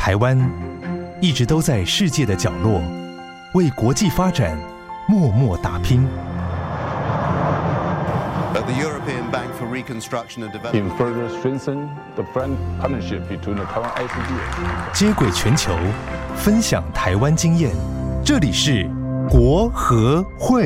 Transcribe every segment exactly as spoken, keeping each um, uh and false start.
台湾一直都在世界的角落，为国际发展默默打拼。 The European Bank for Reconstruction and Development in further strengthen the friend partnership between the Taiwan I C D。 接轨全球，分享台湾经验，这里是国合会。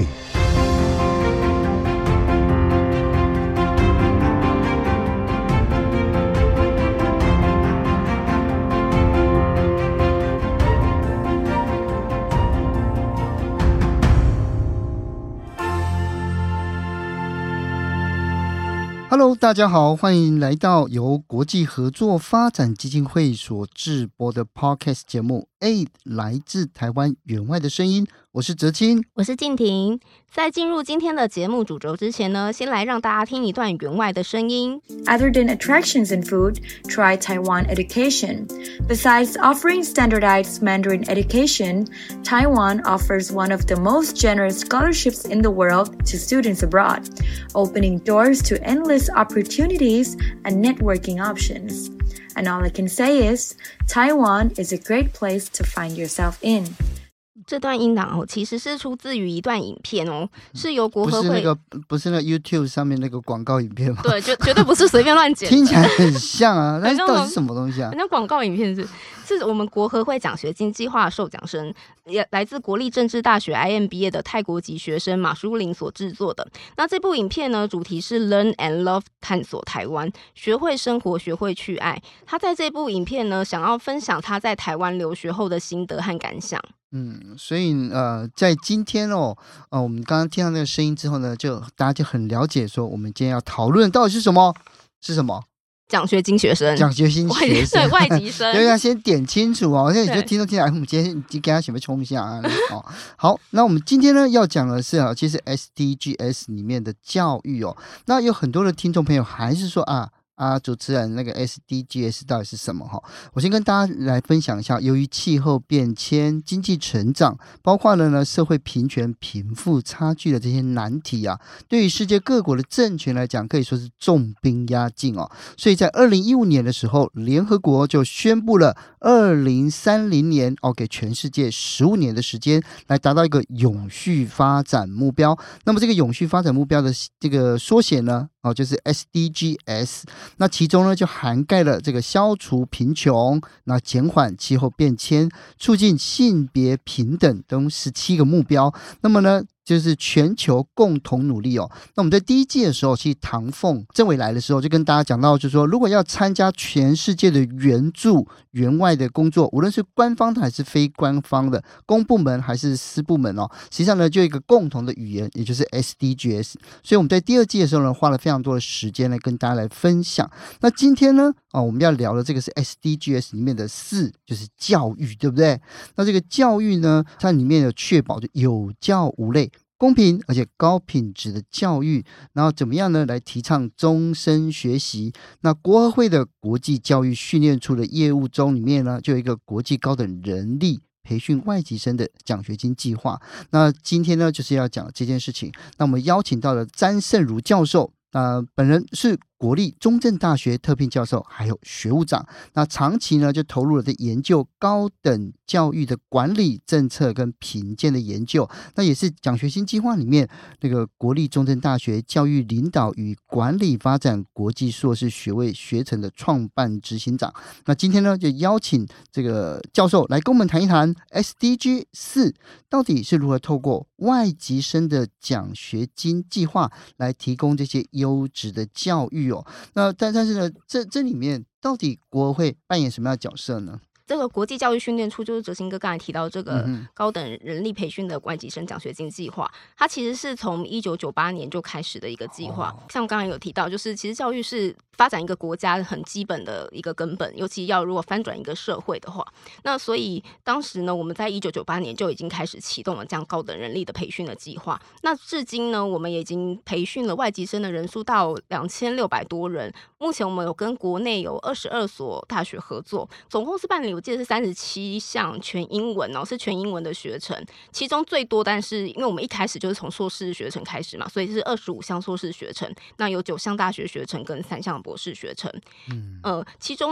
Hello， 大家好，欢迎来到由国际合作发展基金会所制播的 Podcast 节目 A I D 来自台湾援外的声音，我是哲青， 我是静婷。在进入今天的节目主轴之前呢，先来让大家听一段援外的声音。 Other than attractions in food, try Taiwan education. Besides offering standardized Mandarin education, Taiwan offers one of the most generous scholarships in the world to students abroad, opening doors to endless opportunities and networking options. And all I can say is, Taiwan is a great place to find yourself in. 这段音档哦，其实是出自于一段影片哦，是由国合会， 不是那个不是那个 YouTube 上面那个广告影片吗？ 对，绝绝对不是随便乱剪， 听起来很像啊，但是到底是什么东西啊？ 那广告影片是是我们国合会奖学金计划受奖生，也来自国立政治大学 I M 毕业的泰国籍学生马淑玲所制作的。那这部影片呢，主题是 Learn and Love 探索台湾，学会生活，学会去爱。他在这部影片呢，想要分享他在台湾留学后的心得和感想。 嗯，所以呃，在今天哦，呃，我们刚刚听到那个声音之后呢，就大家就很了解说，我们今天要讨论到底是什么？是什么？ 奖学金学生， 奖学金学生， 对，外籍生， 对，要先点清楚哦。现在你就听众听来，我们今天就给他准备冲一下啊。哦，好，那我们今天呢要讲的是啊，其实 S D G S 里面的教育哦，那有很多的听众朋友还是说啊。啊，主持人，那个 S D G S 到底是什么？哈，我先跟大家来分享一下。由于气候变迁、经济成长，包括了呢社会平权、贫富差距的这些难题啊，对于世界各国的政权来讲，可以说是重兵压境哦。所以在二零一五年的时候，联合国就宣布了二零三零年哦，给全世界十五年的时间来达到一个永续发展目标。那么这个永续发展目标的这个缩写呢？哦，就是 S D G S， 那其中呢就涵盖了这个消除贫穷，那减缓气候变迁，促进性别平等等十七个目标。那么呢，就是全球共同努力哦。那我们在第一季的时候，其实唐凤政委来的时候，就跟大家讲到，就是说，如果要参加全世界的援助援外的工作，无论是官方的还是非官方的，公部门还是私部门哦，实际上呢，就有一个共同的语言，也就是 S D G S。所以我们在第二季的时候呢，花了非常多的时间来跟大家来分享。那今天呢，哦，我们要聊的这个是 S D G S 里面的四，就是教育，对不对？那这个教育呢，它里面有确保就有教无类。公平而且高品质的教育，然后怎么样呢？来提倡终身学习。那国合会的国际教育训练处的业务中里面呢，就有一个国际高等人力培训外籍生的奖学金计划。那今天呢，就是要讲这件事情。那我们邀请到了詹胜儒教授，呃，本人是国立中正大学特聘教授，还有学务长。那长期呢就投入了在研究高等教育的管理政策跟评鉴的研究。那也是奖学金计划里面那个国立中正大学教育领导与管理发展国际硕士学位学程的创办执行长。那今天呢就邀请这个教授来跟我们谈一谈 S D G 四到底是如何透过外籍生的奖学金计划来提供这些优质的教育。那 但, 但是呢，这这里面到底国合会扮演什么样的角色呢？ 这个国际教育训练处就是哲兴哥刚才提到这个高等人力培训的外籍生奖学金计划，它其实是从一九九八年就开始的一个计划。哦、像刚才有提到，就是其实教育是发展一个国家很基本的一个根本，尤其要如果翻转一个社会的话，那所以当时呢，我们在一九九八年就已经开始启动了这样高等人力的培训的计划。那至今呢，我们也已经培训了外籍生的人数到两千六百多人。目前我们有跟国内有二十二所大学合作，总共是办理我记得是三十七项全英文哦，是全英文的学程，其中最多，但是因为我们一开始就是从硕士学程开始嘛，所以是二十五项硕士学程，那有九项大学学程跟三项博士学程。嗯，呃，其中呢，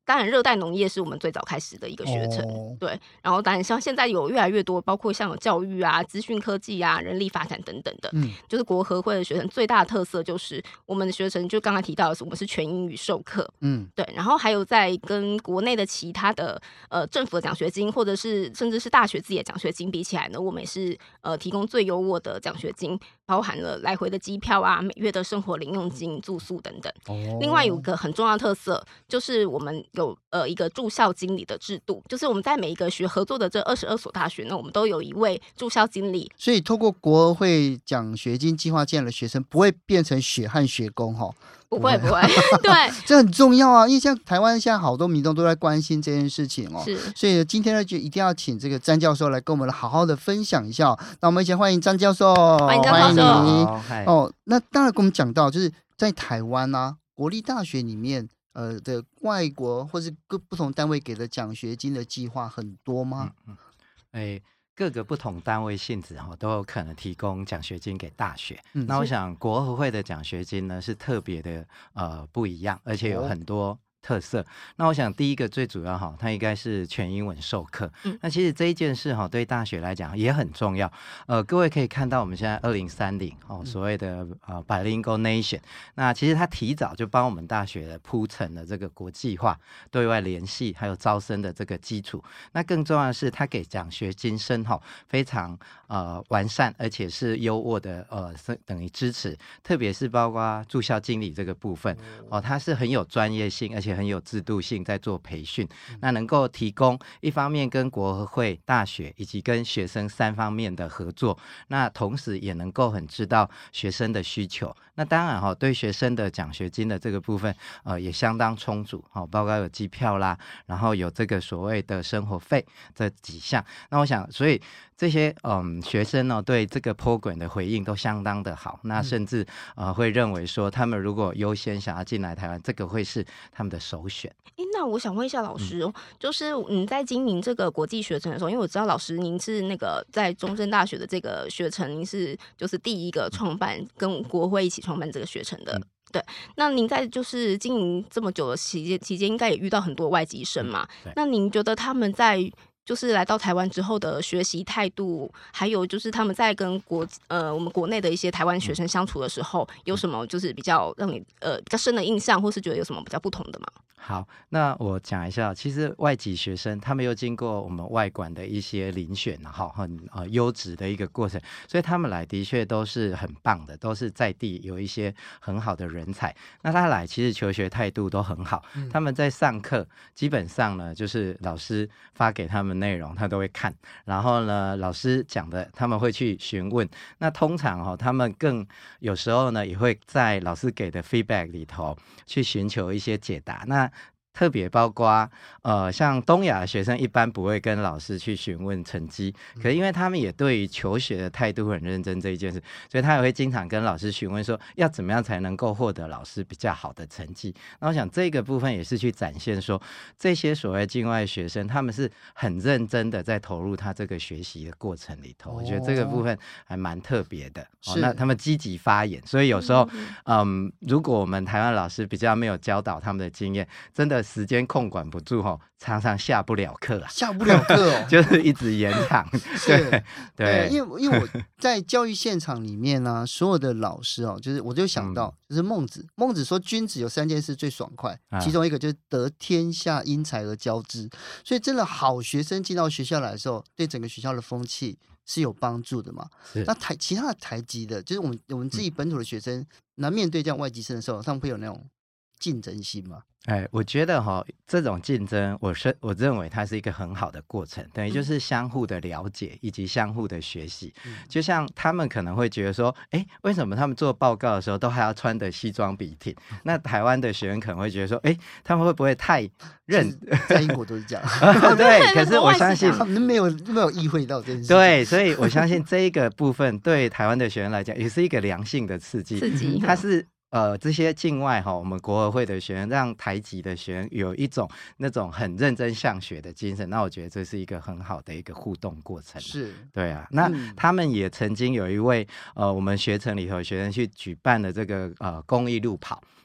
当然热带农业是我们最早开始的一个学程， 哦、 对。然后当然像现在有越来越多，包括像有教育啊、资讯科技啊、人力发展等等的，嗯，就是国合会的学程最大的特色就是我们的学程就刚才提到的是我们是全英语授课，嗯，对。然后还有在跟国内的其他的呃政府的奖学金，或者是甚至是大学自己的奖学金比起来呢，我们也是呃提供最优渥的奖学金，包含了来回的机票啊、每月的生活零用金、住宿等等。哦、另外有一个很重要的特色就是我们有呃一个驻校经理的制度，就是我们在每一个学合作的这二十二所大学呢，我们都有一位驻校经理。 所以透过国合会奖学金计划进来的学生，不会变成血汗学工哈。 不会不会，对， 这很重要啊！因为像台湾现在好多民众都在关心这件事情哦， 是， 所以今天呢就一定要请这个詹教授来跟我们好好的分享一下、哦。那我们一起欢迎詹教授， 欢迎詹教授。 哦，那当然跟我们讲到，就是在台湾啊，国立大学里面，呃的外国或是各不同单位给的奖学金的计划很多吗？ 嗯嗯，哎。各个不同单位性质都有可能提供奖学金给大学、嗯、那我想国合会的奖学金呢是特别的呃不一样，而且有很多特色。那我想第一个最主要哈，它应该是全英文授课、嗯、那其实这一件事哈对大学来讲也很重要。呃，各位可以看到我们现在二零三零哦所谓的呃 bilingual nation， 那其实它提早就帮我们大学铺成了这个国际化、对外联系还有招生的这个基础。那更重要的是，它给奖学金生哈非常呃完善而且是优渥的呃等于支持，特别是包括驻校经理这个部分哦，它是很有专业性而且很有制度性在做培训，那能够提供一方面跟国合会、大学以及跟学生三方面的合作，那同时也能够很知道学生的需求。那当然、哦、对学生的奖学金的这个部分呃也相当充足、哦、包括有机票啦，然后有这个所谓的生活费这几项。那我想所以这些嗯学生呢对这个 program 的回应都相当的好，那甚至呃会认为说他们如果优先想要进来台湾，这个会是他们的首选。 那我想问一下老师、哦嗯、就是你在经营这个国际学程的时候，因为我知道老师您是那个在中正大学的这个学程，您是就是第一个创办跟国会一起创办这个学程的、嗯、对。那您在就是经营这么久的期间期间应该也遇到很多外籍生嘛、嗯、那您觉得他们在就是来到台湾之后的学习态度，还有就是他们在跟国呃我们国内的一些台湾学生相处的时候，有什么就是比较让你呃比较深的印象，或是觉得有什么比较不同的吗？ 好，那我讲一下，其实外籍学生他们又经过我们外管的一些遴选，好很呃优质的一个过程，所以他们来的确都是很棒的，都是在地有一些很好的人才。那他来其实求学态度都很好、嗯、他们在上课基本上呢就是老师发给他们内容他都会看，然后呢老师讲的他们会去询问。那通常、哦、他们更有时候呢也会在老师给的 feedback 里头去寻求一些解答。那特别包括呃，像东亚的学生一般不会跟老师去询问成绩，可是因为他们也对于求学的态度很认真这一件事，所以他也会经常跟老师询问说要怎么样才能够获得老师比较好的成绩。那我想这个部分也是去展现说这些所谓境外学生他们是很认真的在投入他这个学习的过程里头、哦、我觉得这个部分还蛮特别的、哦、那他们积极发言，所以有时候 嗯, 嗯，如果我们台湾老师比较没有教导他们的经验，真的时间控管不住、哦、常常下不了课、啊、 下不了课哦就是一直延长对 对, 对，因为因为我在教育现场里面呢、啊，所有的老师哦，就是我就想到、嗯、就是孟子，孟子说君子有三件事最爽快、啊、其中一个就是得天下因才而教之，所以真的好学生进到学校来的时候，对整个学校的风气是有帮助的嘛。那台其他的台籍的，就是我们我们自己本土的学生，那、嗯、面对这样外籍生的时候，他们会有那种竞争心吗？ 哎，我觉得哈、哦，这种竞争，我是我认为它是一个很好的过程，等于就是相互的了解以及相互的学习。嗯、就像他们可能会觉得说，哎，为什么他们做报告的时候都还要穿的西装笔挺？那台湾的学生可能会觉得说，哎，他们会不会太认？ 在英国都是这样。 对，可是我相信他们没有没有意会到这件事。 对，所以我相信这一个部分对台湾的学生来讲，也是一个良性的刺激。 刺激， 它是。呃，这些境外哈，我们国合会的学生让台籍的学生有一种那种很认真向学的精神，那我觉得这是一个很好的一个互动过程。 是， 对啊。那、嗯、他们也曾经有一位呃，我们学程里头学生去举办了这个呃公益路跑。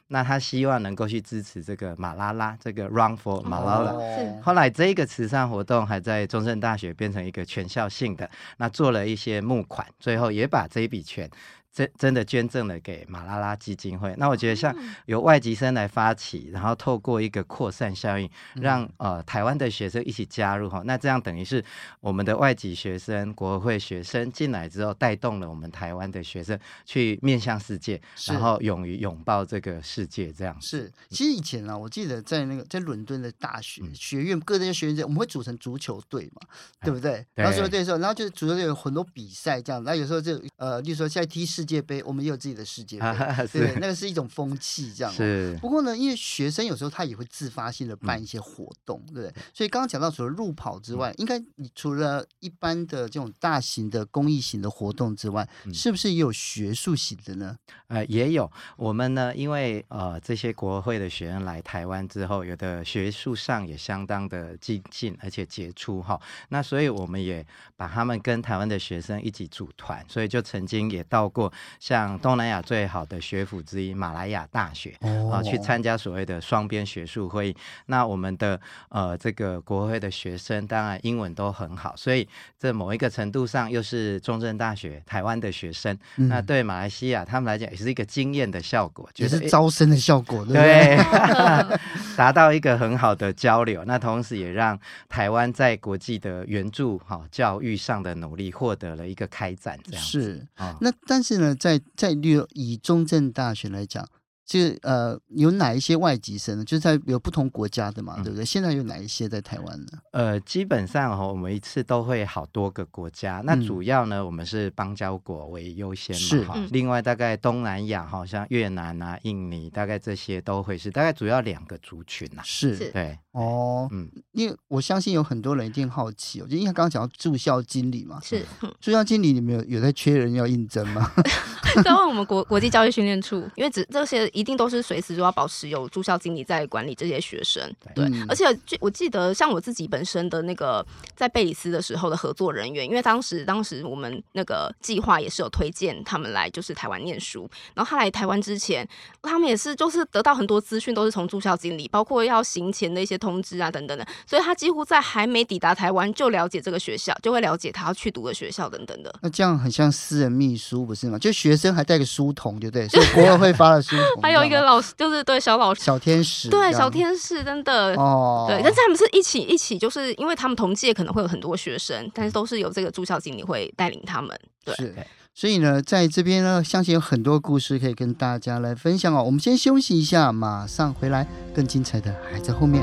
那他希望能够去支持这个马拉拉，这个 Run for Malala、 哦、 后来这个慈善活动还在中正大学变成一个全校性的，那做了一些募款，最后也把这一笔钱真真的捐赠了给马拉拉基金会。那我觉得像由外籍生来发起，然后透过一个扩散效应，让呃台湾的学生一起加入，那这样等于是我们的外籍学生、国合会学生进来之后，带动了我们台湾的学生去面向世界，然后勇于拥抱这个世界。这样是，其实以前啊，我记得在那个在伦敦的大学、嗯、学院各个学院，我们会组成足球队嘛，对不对？对，然后足球队的时候，然后就是足球队有很多比赛这样，然后有时候就呃，例如说现在踢世界杯，我们也有自己的世界杯，啊、对，那个是一种风气这样。 是。 不过呢，因为学生有时候他也会自发性的办一些活动，嗯、对不对？所以刚刚讲到除了路跑之外，嗯、应该你除了一般的这种大型的公益型的活动之外，嗯、是不是也有学术型的呢？ 呃，也有。我们呢，因为呃这些国会的学生来台湾之后，有的学术上也相当的精进，而且杰出哈。那所以我们也把他们跟台湾的学生一起组团，所以就曾经也到过像东南亚最好的学府之一马来亚大学、哦呃、去参加所谓的双边学术会议。那我们的呃这个国会的学生当然英文都很好，所以这某一个程度上又是中正大学台湾的学生、嗯、那对马来西亚他们来讲也是一个惊艳的效果， 也是招生的效果，对不对？对达到一个很好的交流，那同时也让台湾在国际的援助、哦、教育上的努力获得了一个开展，这样子是、哦、那但是呢在在以中正大学来讲，就是呃有哪一些外籍生呢？就是在有不同国家的嘛、嗯、对不对？现在有哪一些在台湾呢？ 呃基本上、哦、我们一次都会好多个国家，那主要呢、嗯、我们是邦交国为优先嘛， 是、 嗯、另外大概东南亚好像越南啊印尼大概这些都会是大概主要两个族群啊， 是对哦，嗯，因为我相信有很多人一定好奇哦，就因为刚刚讲到驻校经理嘛， 是、 嗯、驻校经理你们有有在缺人要应征吗？ 在问我们国国际教育训练处，因为只这些一定都是随时都要保持有驻校经理在管理这些学生，对，嗯、而且我记得像我自己本身的那个在贝里斯的时候的合作人员，因为当时当时我们那个计划也是有推荐他们来就是台湾念书，然后他来台湾之前，他们也是就是得到很多资讯都是从驻校经理，包括要行前的一些通知啊等等的，所以他几乎在还没抵达台湾就了解这个学校，就会了解他要去读的学校等等的。 那这样很像私人秘书不是吗？就学生还带个书童，对不对？所以国合会发了书童， 还有一个老师就是对小老师小天使， 对小天使真的哦，对，但是他们是一起一起，就是因为他们同届可能会有很多学生，但是都是由这个驻校经理会带领他们，对。 是，所以呢，在这边呢，相信有很多故事可以跟大家来分享哦。我们先休息一下，马上回来，更精彩的还在后面。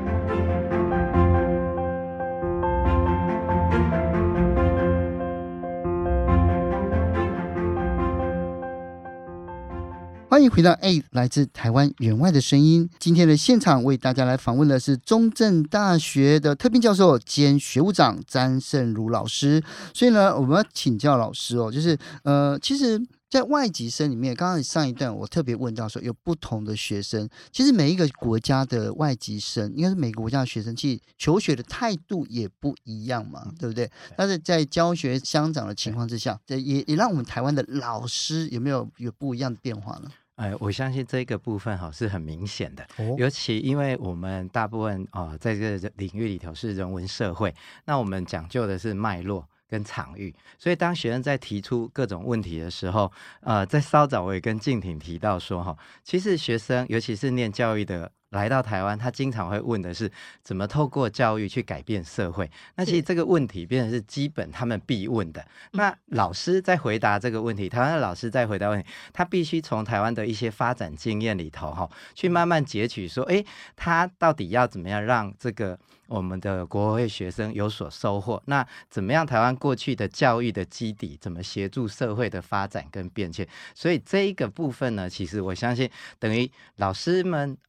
欢迎回到 A 来自台湾援外的声音。今天的现场为大家来访问的是中正大学的特聘教授兼学务长詹胜儒老师。所以呢，我们要请教老师哦，就是呃，其实在外籍生里面，刚刚上一段我特别问到说有不同的学生，其实每一个国家的外籍生，应该是每个国家的学生，其实求学的态度也不一样嘛，对不对？但是在教学相长的情况之下，也也让我们台湾的老师有没有有不一样的变化呢？ 呃，我相信这个部分哈是很明显的，哦、尤其因为我们大部分啊、呃、在这个领域里头是人文社会，那我们讲究的是脉络跟场域，所以当学生在提出各种问题的时候，呃，在稍早我也跟静婷提到说哈，其实学生尤其是念教育的来到台湾，他经常会问的是怎么透过教育去改变社会。那其实这个问题变成是基本他们必问的。那老师在回答这个问题，台湾的老师在回答问题，他必须从台湾的一些发展经验里头哈，去慢慢截取说，哎，他到底要怎么样让这个我们的国合会学生有所收获？那怎么样台湾过去的教育的基底，怎么协助社会的发展跟变迁？所以这一个部分呢，其实我相信等于老师们呃自己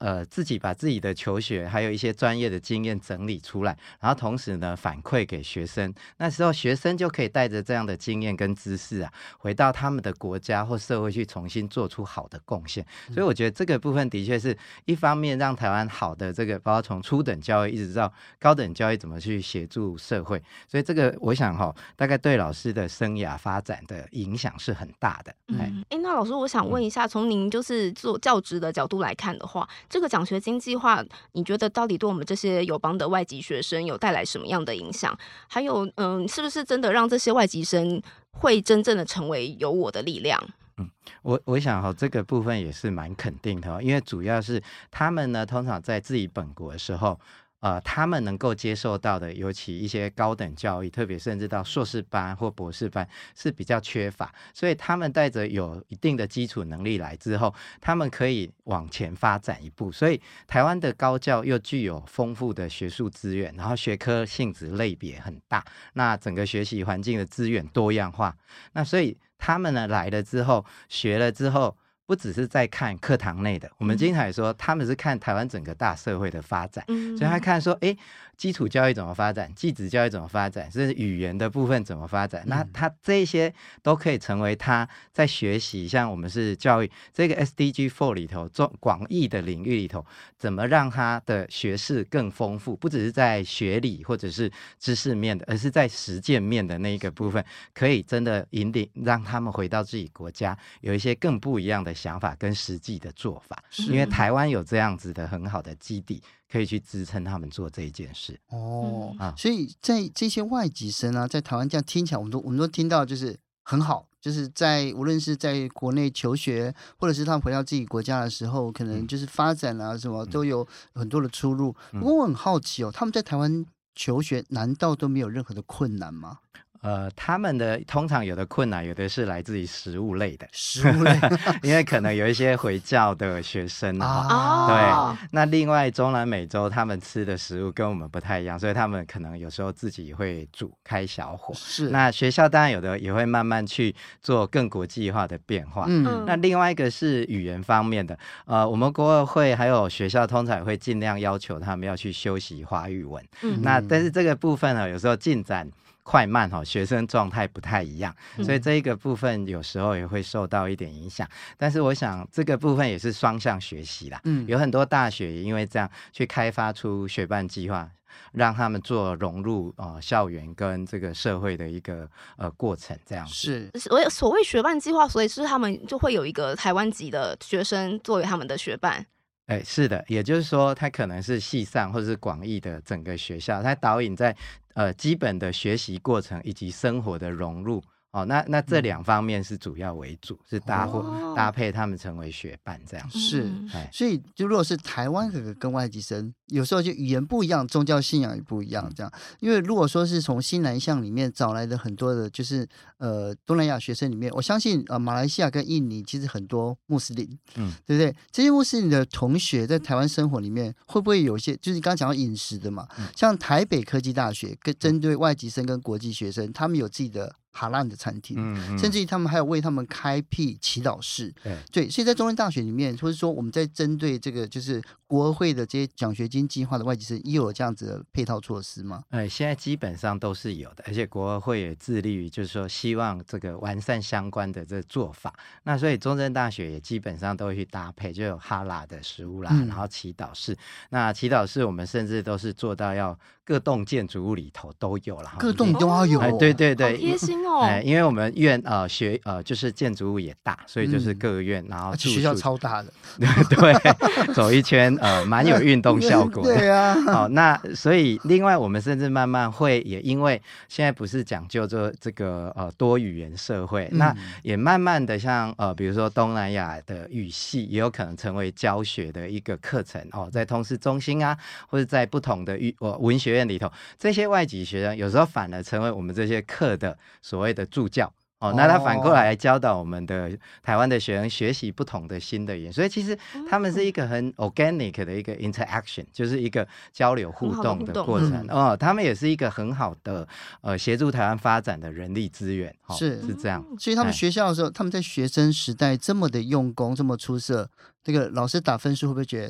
己把自己的求学还有一些专业的经验整理出来，然后同时呢反馈给学生，那时候学生就可以带着这样的经验跟知识啊，回到他们的国家或社会去重新做出好的贡献。所以我觉得这个部分的确是一方面让台湾好的这个，包括从初等教育一直到高等教育怎么去协助社会，所以这个我想哈、哦，大概对老师的生涯发展的影响是很大的。 嗯，哎，那老师，我想问一下，从您就是做教职的角度来看的话，这个奖学金计划，你觉得到底对我们这些友邦的外籍学生有带来什么样的影响？还有，嗯，是不是真的让这些外籍生会真正的成为有我的力量？ 嗯，我我想哈、哦，这个部分也是蛮肯定的、哦，因为主要是他们呢，通常在自己本国的时候。呃，他们能够接受到的，尤其一些高等教育，特别甚至到硕士班或博士班是比较缺乏，所以他们带着有一定的基础能力来之后，他们可以往前发展一步。所以台湾的高教又具有丰富的学术资源，然后学科性质类别很大，那整个学习环境的资源多样化，那所以他们呢来了之后，学了之后。不只是在看课堂内的，我们经常也说他们是看台湾整个大社会的发展，嗯、所以他看说，哎，基础教育怎么发展，技职教育怎么发展，甚至语言的部分怎么发展，嗯、那他这些都可以成为他在学习，像我们是教育这个 S D G 四 里头中广义的领域里头，怎么让他的学识更丰富，不只是在学理或者是知识面的，而是在实践面的那一个部分，可以真的引领让他们回到自己国家，有一些更不一样的想法跟实际的做法，因为台湾有这样子的很好的基地，可以去支撑他们做这一件事。 哦，啊、所以在这些外籍生啊，在台湾这样听起来，我们都我们都听到就是很好，就是在无论是在国内求学，或者是他们回到自己国家的时候，可能就是发展啊什么、嗯、都有很多的出路。不过我很好奇哦，他们在台湾求学难道都没有任何的困难吗？ 呃，他们的通常有的困难，有的是来自于食物类的， 食物类， 因为可能有一些回教的学生啊，对，那另外中南美洲他们吃的食物跟我们不太一样，所以他们可能有时候自己会煮开小火。 是， 那学校当然有的也会慢慢去做更国际化的变化。嗯，那另外一个是语言方面的，呃，我们国合会还有学校通常也会尽量要求他们要去修习华语文。嗯，那但是这个部分呢，有时候进展快慢哈，学生状态不太一样，所以这一个部分有时候也会受到一点影响。但是我想这个部分也是双向学习啦，嗯，有很多大学也因为这样去开发出学伴计划，让他们做融入呃校园跟这个社会的一个呃过程，这样是所所谓学伴计划，所以是他们就会有一个台湾籍的学生作为他们的学伴。 哎，是的，也就是说，它可能是系上或者是广义的整个学校，它导引在呃基本的学习过程以及生活的融入。哦，那那这两方面是主要为主，嗯、是搭或、哦、搭配他们成为学伴这样。 是，所以就如果是台湾跟跟外籍生，有时候就语言不一样，宗教信仰也不一样，这样。因为如果说是从新南向里面找来的很多的，就是呃东南亚学生里面，我相信呃马来西亚跟印尼其实很多穆斯林，嗯，对不对？这些穆斯林的同学在台湾生活里面，会不会有一些，就是你刚刚讲到饮食的嘛，嗯、像台北科技大学跟针对外籍生跟国际学生，他们有自己的哈兰的餐厅，嗯嗯、甚至于他们还有为他们开辟祈祷室，对，对，所以在中山大学里面，或者说我们在针对这个就是国合会的这些奖学金计划的外籍生，也有这样子的配套措施吗？ 呃，现在基本上都是有的，而且国合会也致力于就是说希望这个完善相关的这个做法。那所以中山大学也基本上都会去搭配，就有哈拉的食物啦，嗯、然后祈祷室。那祈祷室我们甚至都是做到要各栋建筑物里头都有了， 各栋都要有、哦哎，对对对， 好贴心哦。 哎，因为我们院呃学呃就是建筑物也大，所以就是各个院，嗯、然后学校超大的， 对，走一圈呃蛮有运动效果的。 对啊， 好、哦，那所以另外我们甚至慢慢会也因为现在不是讲究这这个呃多语言社会，嗯、那也慢慢的像呃比如说东南亚的语系也有可能成为教学的一个课程哦，在通识中心啊，或者在不同的语呃文学院里头，这些外籍学生有时候反而成为我们这些课的所谓的助教。哦，那他反过来教导我们的台湾的学生学习不同的新的语言，所以其实他们是一个很 organic 的一个 interaction， 就是一个交流互动的过程。嗯、哦，他们也是一个很好的呃协助台湾发展的人力资源。哦、 是是这样， 所以他们学校的时候，他们在学生时代这么的用功，这么出色，这个老师打分数会不会觉得说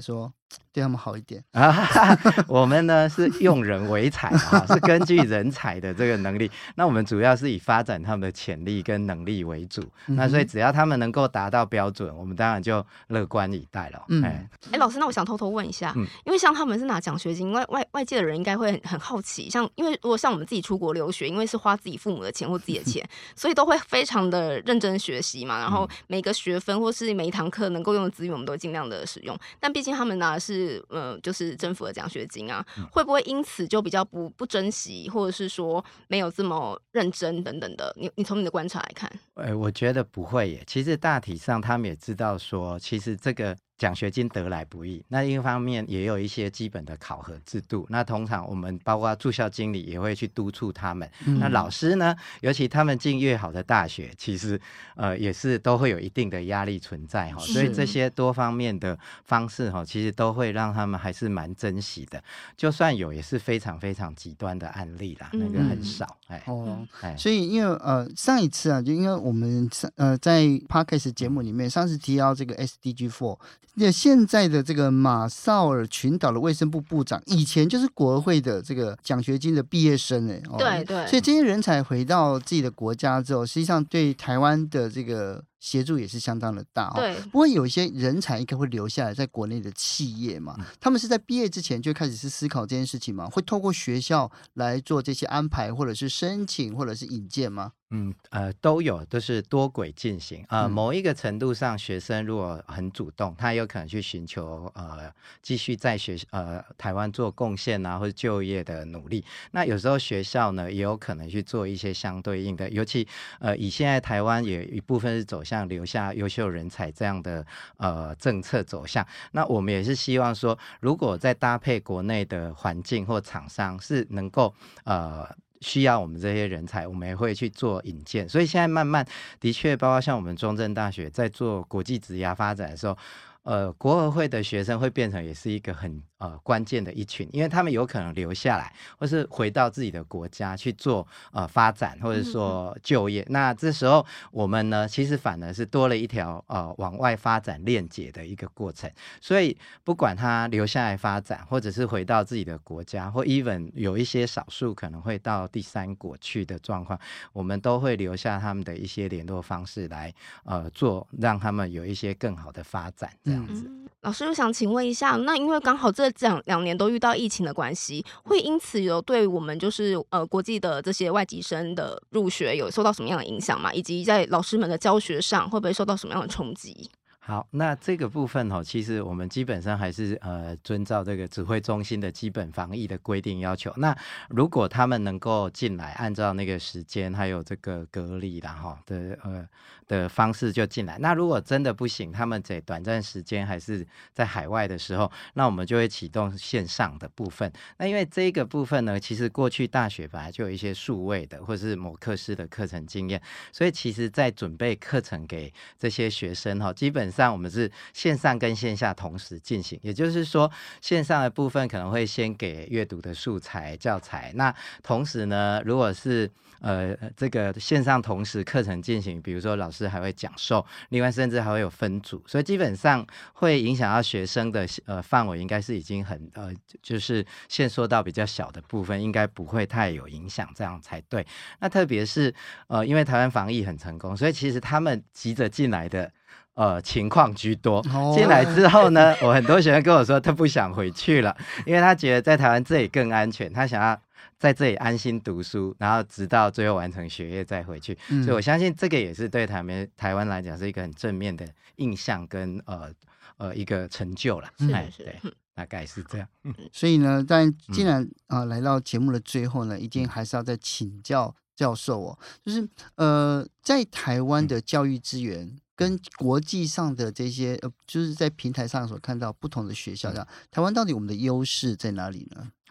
对他们好一点啊？我们呢是用人为才啊，是根据人才的这个能力，那我们主要是以发展他们的潜力跟能力为主。嗯、那所以只要他们能够达到标准，我们当然就乐观以待了。嗯，哎、 欸，老师，那我想偷偷问一下，嗯、因为像他们是拿奖学金，外外外界的人应该会很很好奇，像因为如果像我们自己出国留学，因为是花自己父母的钱或自己的钱，所以都会非常的认真学习嘛，然后每个学分或是每一堂课能够用的资源，我们都尽量的使用。但毕竟他们拿的是呃，就是政府的奖学金啊，会不会因此就比较不不珍惜，或者是说没有这么认真等等的？你你从你的观察来看， 呃，我觉得不会耶。其实大体上他们也知道说，其实这个奖学金得来不易，那一方面也有一些基本的考核制度。那通常我们包括驻校经理也会去督促他们。嗯、那老师呢，尤其他们进越好的大学，其实呃也是都会有一定的压力存在哈。所以这些多方面的方式哈，其实都会让他们还是蛮珍惜的。就算有，也是非常非常极端的案例啦，嗯、那个很少。哎、 哦，哎、所以因为呃上一次啊，就因为我们呃在 Podcast 节目里面上次提到这个 S D G 四。现在的这个马绍尔群岛的卫生部部长，以前就是国合会的这个奖学金的毕业生哎、 哦，对对， 所以这些人才回到自己的国家之后，实际上对台湾的这个协助也是相当的大哦。 对， 不过有一些人才应该会留下来在国内的企业嘛，嗯、他们是在毕业之前就开始是思考这件事情吗？会透过学校来做这些安排，或者是申请，或者是引荐吗？ 嗯呃都有，都是多轨进行呃、嗯、某一个程度上，学生如果很主动，他有可能去寻求呃继续在学呃台湾做贡献啊，或者就业的努力。那有时候学校呢也有可能去做一些相对应的，尤其呃以现在台湾也一部分是走向留下优秀人才这样的呃政策走向。那我们也是希望说，如果在搭配国内的环境或厂商是能够呃。需要我们这些人才，我们也会去做引荐。所以现在慢慢的确包括像我们中正大学在做国际职涯发展的时候，呃，国合会的学生会变成也是一个很呃关键的一群，因为他们有可能留下来，或是回到自己的国家去做呃发展，或者说就业。嗯、那这时候我们呢，其实反而是多了一条呃往外发展链接的一个过程。所以不管他留下来发展，或者是回到自己的国家，或 even 有一些少数可能会到第三国去的状况，我们都会留下他们的一些联络方式来呃做，让他们有一些更好的发展。这样子。 嗯、老师，我想请问一下，那因为刚好这两两年都遇到疫情的关系，会因此有对我们就是呃国际的这些外籍生的入学有受到什么样的影响吗？以及在老师们的教学上会不会受到什么样的冲击？ 好，那这个部分哦，其实我们基本上还是呃遵照这个指挥中心的基本防疫的规定要求。那如果他们能够进来，按照那个时间还有这个隔离啦哈的呃的方式就进来。那如果真的不行，他们在短暂时间还是在海外的时候，那我们就会启动线上的部分。那因为这个部分呢，其实过去大学本来就有一些数位的或是某科室的课程经验，所以其实在准备课程给这些学生哈，基本上我们是线上跟线下同时进行，也就是说线上的部分可能会先给阅读的素材教材，那同时呢，如果是呃这个线上同时课程进行，比如说老师还会讲授，另外甚至还会有分组，所以基本上会影响到学生的呃范围，应该是已经很呃就是限缩到比较小的部分，应该不会太有影响，这样才对。那特别是呃因为台湾防疫很成功，所以其实他们急着进来的呃，情况居多。进来之后呢，我很多学生跟我说他不想回去了，因为他觉得在台湾这里更安全，他想要在这里安心读书，然后直到最后完成学业再回去。嗯、所以我相信这个也是对台湾台湾来讲是一个很正面的印象跟呃呃一个成就啦。 是哎， 是对。大概是这样。嗯、 所以呢，但既然啊、呃、来到节目的最后呢，一定还是要再请教教授哦，就是呃在台湾的教育资源跟国际上的这些呃，就是在平台上所看到不同的学校，这样台湾到底我们的优势在哪里呢？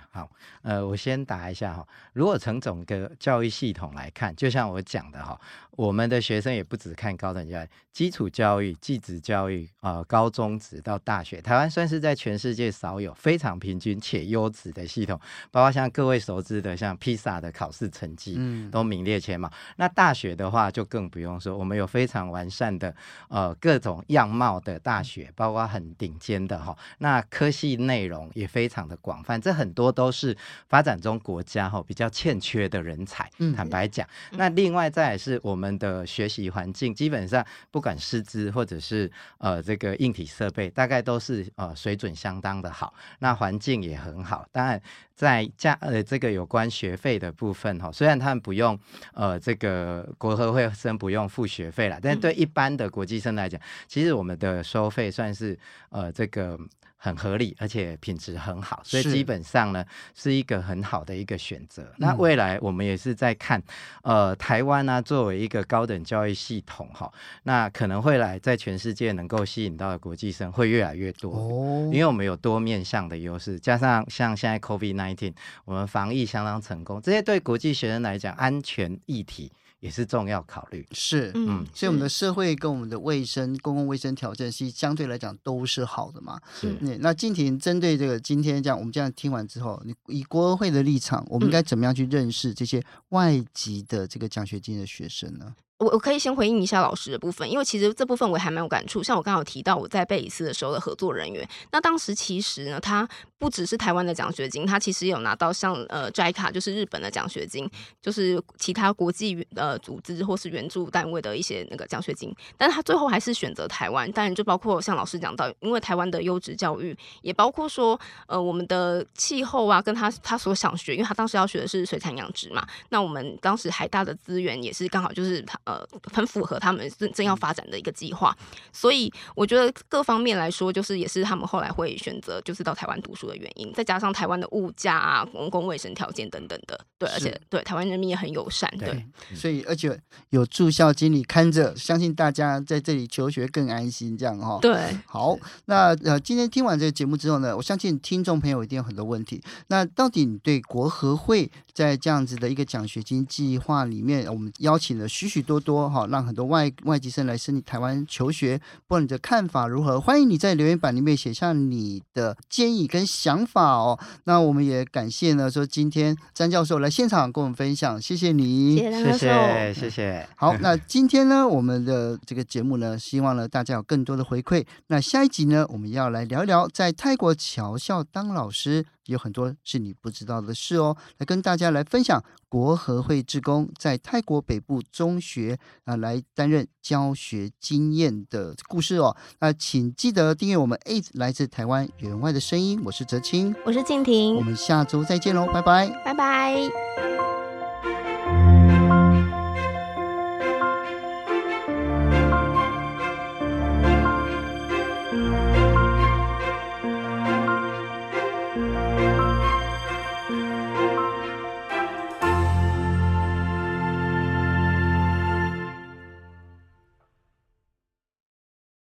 好，呃，我先答一下哈。如果从整个教育系统来看，就像我讲的哈，我们的学生也不只看高等教育，基础教育、技职教育，呃，高中职到大学，台湾算是在全世界少有非常平均且优质的系统，包括像各位熟知的像 P I S A 的考试成绩，嗯，都名列前茅。那大学的话就更不用说，我们有非常完善的呃各种样貌的大学，包括很顶尖的哈，那科系内容也非常的广泛，这很多都是发展中国家哈比较欠缺的人才，坦白讲。嗯、那另外再来是我们的学习环境，基本上不管师资或者是呃这个硬体设备，大概都是呃水准相当的好，那环境也很好。当然在价呃这个有关学费的部分哈，虽然他们不用呃这个国合会生不用付学费啦，但是对一般的国际生来讲，其实我们的收费算是呃这个很合理，而且品质很好，所以基本上呢是一个很好的一个选择。那未来我们也是在看，呃，台湾呢、啊、作为一个高等教育系统哈，那可能会来在全世界能够吸引到的国际生会越来越多，哦、因为我们有多面向的优势，加上像现在 COVID 十九， 我们防疫相当成功，这些对国际学生来讲，安全议题也是重要考虑。 是，嗯，所以我们的社会跟我们的卫生、公共卫生条件是相对来讲都是好的嘛。是，那靖庭针对这个今天这样，我们这样听完之后，你以国合会的立场，我们应该怎么样去认识这些外籍的这个奖学金的学生呢？ 我我可以先回应一下老师的部分，因为其实这部分我还蛮有感触。像我刚刚有提到我在贝里斯的时候的合作人员，那当时其实呢，他不只是台湾的奖学金，他其实有拿到像呃 J I C A 就是日本的奖学金，就是其他国际呃组织或是援助单位的一些那个奖学金，但是他最后还是选择台湾。当然就包括像老师讲到，因为台湾的优质教育，也包括说呃我们的气候啊，跟他他所想学，因为他当时要学的是水产养殖嘛，那我们当时海大的资源也是刚好就是他。呃，很符合他们正要发展的一个计划，所以我觉得各方面来说，就是也是他们后来会选择就是到台湾读书的原因。再加上台湾的物价啊、公共卫生条件等等的，对，而且对台湾人民也很友善，对， 对所以而且有驻校经理看着，相信大家在这里求学更安心，这样哈、哦。 对， 好，那呃，今天听完这个节目之后呢，我相信听众朋友一定有很多问题。那到底你对国合会在这样子的一个奖学金计划里面，我们邀请了许许多多哈，让很多外外籍生来申请台湾求学，不管你的看法如何，欢迎你在留言板里面写下你的建议跟想法哦。那我们也感谢呢，说今天詹教授来现场跟我们分享，谢谢你， 谢谢詹教授， 谢谢谢谢。 好，那今天呢，我们的这个节目呢，希望呢大家有更多的回馈。那下一集呢，我们要来聊一聊在泰国侨校当老师。有很多是你不知道的事哦，来跟大家来分享国合会志工在泰国北部中学啊来担任教学经验的故事哦。那请记得订阅我们 A 来自台湾援外的声音，我是哲青， 我是靖庭， 我们下周再见喽，拜拜， 拜拜。